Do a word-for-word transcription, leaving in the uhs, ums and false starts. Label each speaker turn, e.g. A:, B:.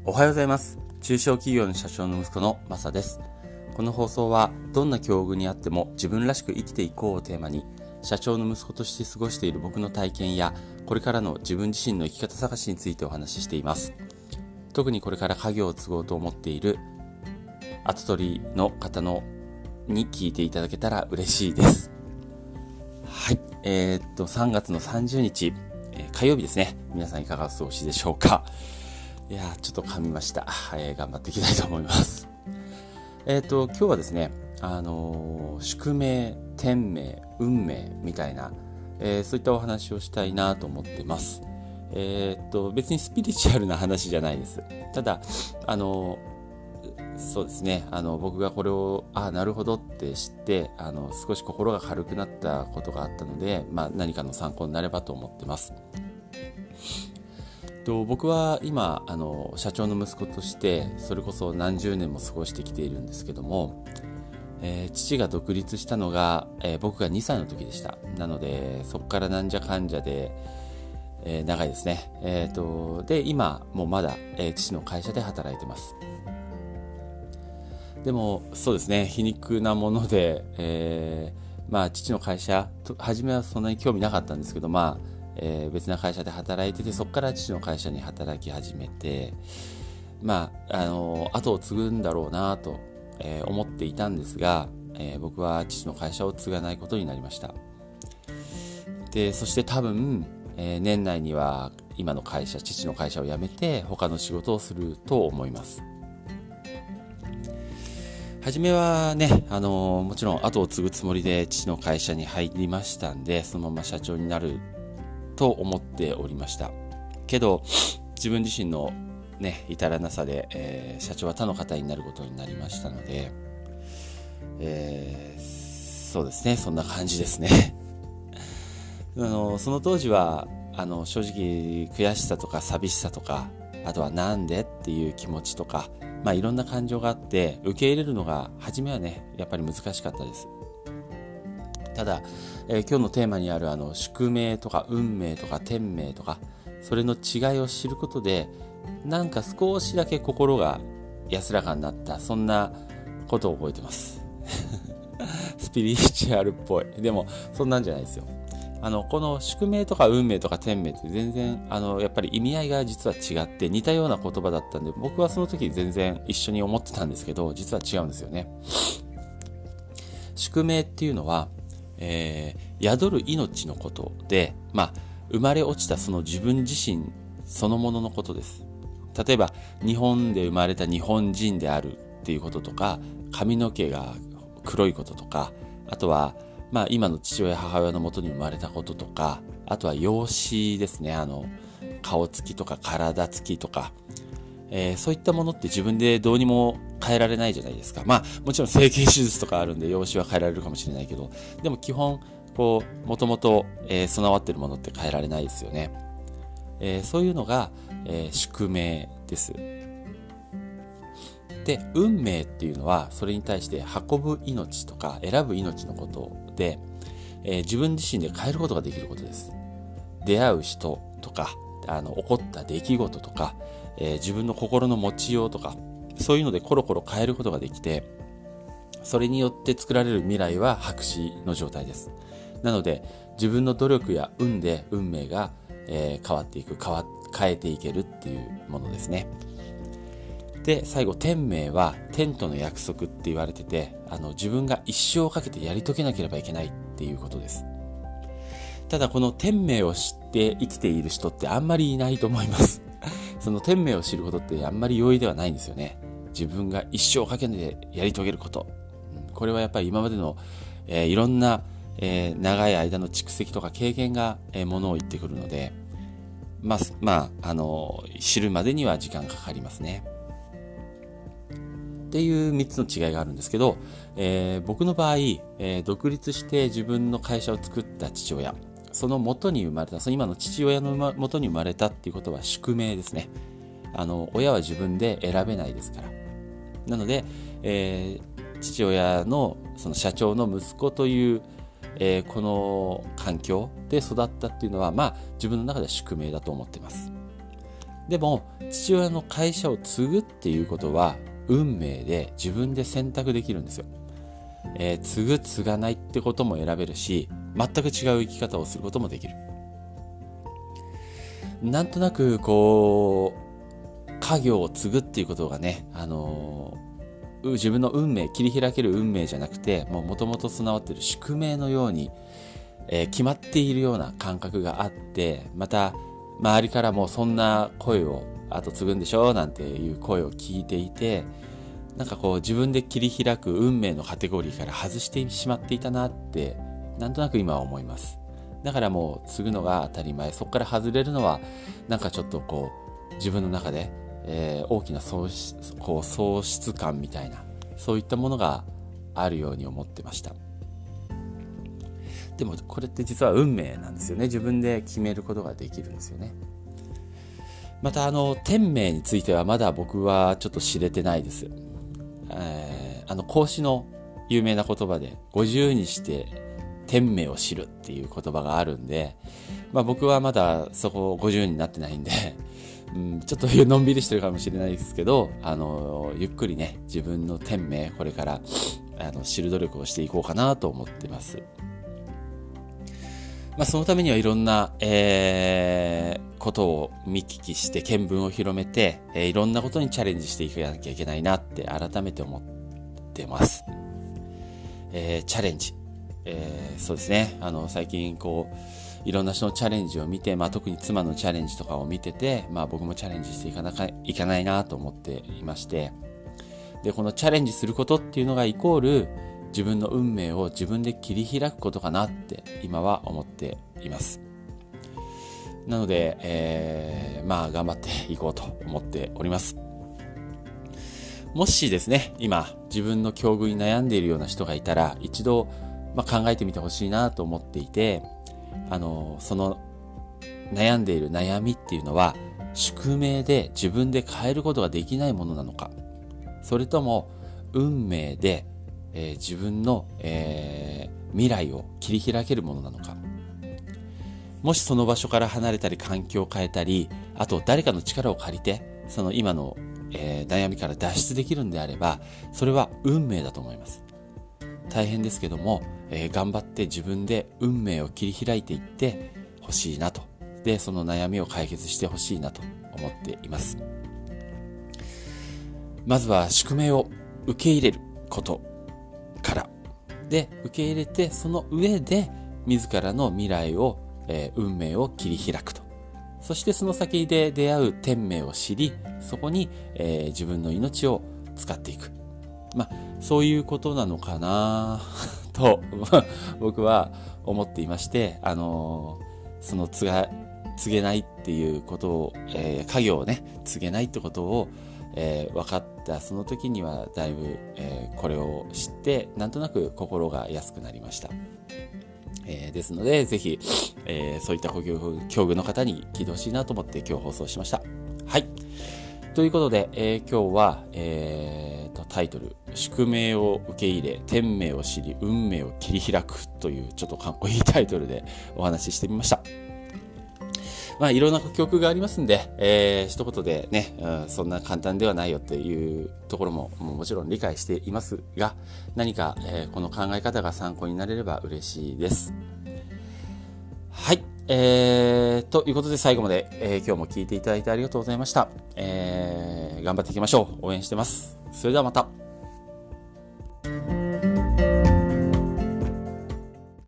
A: おはようございます。中小企業の社長の息子のマサです。この放送はどんな境遇にあっても自分らしく生きていこうをテーマに、社長の息子として過ごしている僕の体験やこれからの自分自身の生き方探しについてお話ししています。特にこれから家業を継ごうと思っている後取りの方のに聞いていただけたら嬉しいです。はい、えー、っとさんがつのさんじゅうにち、えー、火曜日ですね。皆さんいかがお過ごしでしょうか。いやーちょっと噛みました、えー、頑張っていきたいと思います。えー、っと今日はですね、あのー、宿命、天命、運命みたいな、えー、そういったお話をしたいなと思ってます。えー、っと別にスピリチュアルな話じゃないです。ただあのー、そうですね、あの僕がこれをあなるほどって知ってあの少し心が軽くなったことがあったので、まあ、何かの参考になればと思ってます。と僕は今あの社長の息子としてそれこそ何十年も過ごしてきているんですけども、えー、父が独立したのが、えー、僕がにさいの時でした。なのでそこからなんじゃかんじゃで、えー、長いですね。えー、とで今もうまだ、えー、父の会社で働いてます。でもそうですね、皮肉なもので、えー、まあ父の会社と初めはそんなに興味なかったんですけど、まあえー、別な会社で働いてて、そこから父の会社に働き始めて、まああの後を継ぐんだろうなと、えー、思っていたんですが、えー、僕は父の会社を継がないことになりました。でそして多分、えー、年内には今の会社父の会社を辞めて他の仕事をすると思います。初めはね、あのもちろん後を継ぐつもりで父の会社に入りましたんで、そのまま社長になると思っておりましたけど、自分自身のね至らなさで、えー、社長は他の方になることになりましたので、えー、そうですね、そんな感じですねあのその当時はあの正直悔しさとか寂しさとか、あとはなんでっていう気持ちとか、まあいろんな感情があって受け入れるのが初めはねやっぱり難しかったです。ただ、えー、今日のテーマにあるあの宿命とか運命とか天命とか、それの違いを知ることでなんか少しだけ心が安らかになった、そんなことを覚えてますスピリチュアルっぽい。でもそんなんじゃないですよ。あのこの宿命とか運命とか天命って全然あのやっぱり意味合いが実は違って似たような言葉だったんで、僕はその時全然一緒に思ってたんですけど、実は違うんですよね。宿命っていうのはえー、宿る命のことで、まあ、生まれ落ちたその自分自身そのもののことです。例えば日本で生まれた日本人であるっていうこととか、髪の毛が黒いこととか、あとは、まあ、今の父親母親のもとに生まれたこととか、あとは容姿ですね、あの顔つきとか体つきとか、えー、そういったものって自分でどうにも変えられないじゃないですか。まあもちろん整形手術とかあるんで容姿は変えられるかもしれないけど、でも基本こうもともと備わっているものって変えられないですよね。えー、そういうのが、えー、宿命です。で運命っていうのはそれに対して運ぶ命とか選ぶ命のことで、えー、自分自身で変えることができることです。出会う人とかあの起こった出来事とか、えー、自分の心の持ちようとか、そういうのでコロコロ変えることができて、それによって作られる未来は白紙の状態です。なので自分の努力や運で運命が、えー、変わっていく変わ変えていけるっていうものですね。で最後天命は天との約束って言われてて、あの自分が一生をかけてやり遂げなければいけないっていうことです。ただこの天命を知って生きている人ってあんまりいないと思いますその天命を知ることってあんまり容易ではないんですよね。自分が一生かけてやり遂げること、これはやっぱり今までの、えー、いろんな、えー、長い間の蓄積とか経験が、えー、ものを言ってくるので、まあ、まあ、あの知るまでには時間がかかりますねっていうみっつの違いがあるんですけど、えー、僕の場合、えー、独立して自分の会社を作った父親、その元に生まれた、その今の父親の元に生まれたっていうことは宿命ですね。あの親は自分で選べないですから。なので、えー、父親のその社長の息子という、えー、この環境で育ったっていうのは、まあ自分の中では宿命だと思っています。 でも父親の会社を継ぐっていうことは運命で自分で選択できるんですよ。えー、継ぐ継がないってことも選べるし、全く違う生き方をすることもできる。なんとなくこう家業を継ぐっていうことがね、あのー、自分の運命、切り開ける運命じゃなくて、もともと備わっている宿命のように、えー、決まっているような感覚があって、また周りからもそんな声をあと継ぐんでしょなんていう声を聞いていて、なんかこう自分で切り開く運命のカテゴリーから外してしまっていたなってなんとなく今は思います。だからもう継ぐのが当たり前、そこから外れるのはなんかちょっとこう自分の中で、えー、大きな喪失、こう喪失感みたいな、そういったものがあるように思ってました。でもこれって実は運命なんですよね。自分で決めることができるんですよね。またあの天命についてはまだ僕はちょっと知れてないです。えー、あの孔子の有名な言葉でごじゅうにして天命を知るっていう言葉があるんで、まあ、僕はまだそこごじゅうになってないんで、うん、ちょっとのんびりしてるかもしれないですけど、あのゆっくりね自分の天命これからあの知る努力をしていこうかなと思ってます。まあ、そのためにはいろんな、えー、ことを見聞きして見聞を広めて、えー、いろんなことにチャレンジしていかなきゃいけないなって改めて思ってます。えー、チャレンジ、えー、そうですね。あの最近こういろんな人のチャレンジを見て、まあ、特に妻のチャレンジとかを見てて、まあ、僕もチャレンジしていかなきゃいけないなと思っていまして、でこのチャレンジすることっていうのがイコール自分の運命を自分で切り開くことかなって今は思っています。なので、えー、まあ頑張っていこうと思っております。もしですね、今自分の境遇に悩んでいるような人がいたら一度、まあ、考えてみてほしいなと思っていて、あのその悩んでいる悩みっていうのは宿命で自分で変えることができないものなのか、それとも運命でえー、自分の、えー、未来を切り開けるものなのか。もしその場所から離れたり環境を変えたり、あと誰かの力を借りてその今の、えー、悩みから脱出できるんであれば、それは運命だと思います。大変ですけども、えー、頑張って自分で運命を切り開いていってほしいなと。でその悩みを解決してほしいなと思っています。まずは宿命を受け入れることからで、受け入れてその上で自らの未来を、えー、運命を切り開くと。そしてその先で出会う天命を知り、そこに、えー、自分の命を使っていく。まあそういうことなのかなと僕は思っていまして、あのー、その継が継げないっていうことを、えー、家業をね継げないってことをえー、分かったその時にはだいぶ、えー、これを知ってなんとなく心が安くなりました。えー、ですのでぜひ、えー、そういった境遇の方に聞いてほしいなと思って今日放送しました。はい。ということで、えー、今日は、えー、とタイトル宿命を受け入れ天命を知り運命を切り開くというちょっとかっこいいタイトルでお話ししてみました。まあいろんな教訓がありますんで、えー、一言でね、うん、そんな簡単ではないよっていうところももちろん理解していますが、何か、えー、この考え方が参考になれれば嬉しいです。はい、えー、ということで最後まで、えー、今日も聞いていただいてありがとうございました。えー、頑張っていきましょう。応援してます。それではまた。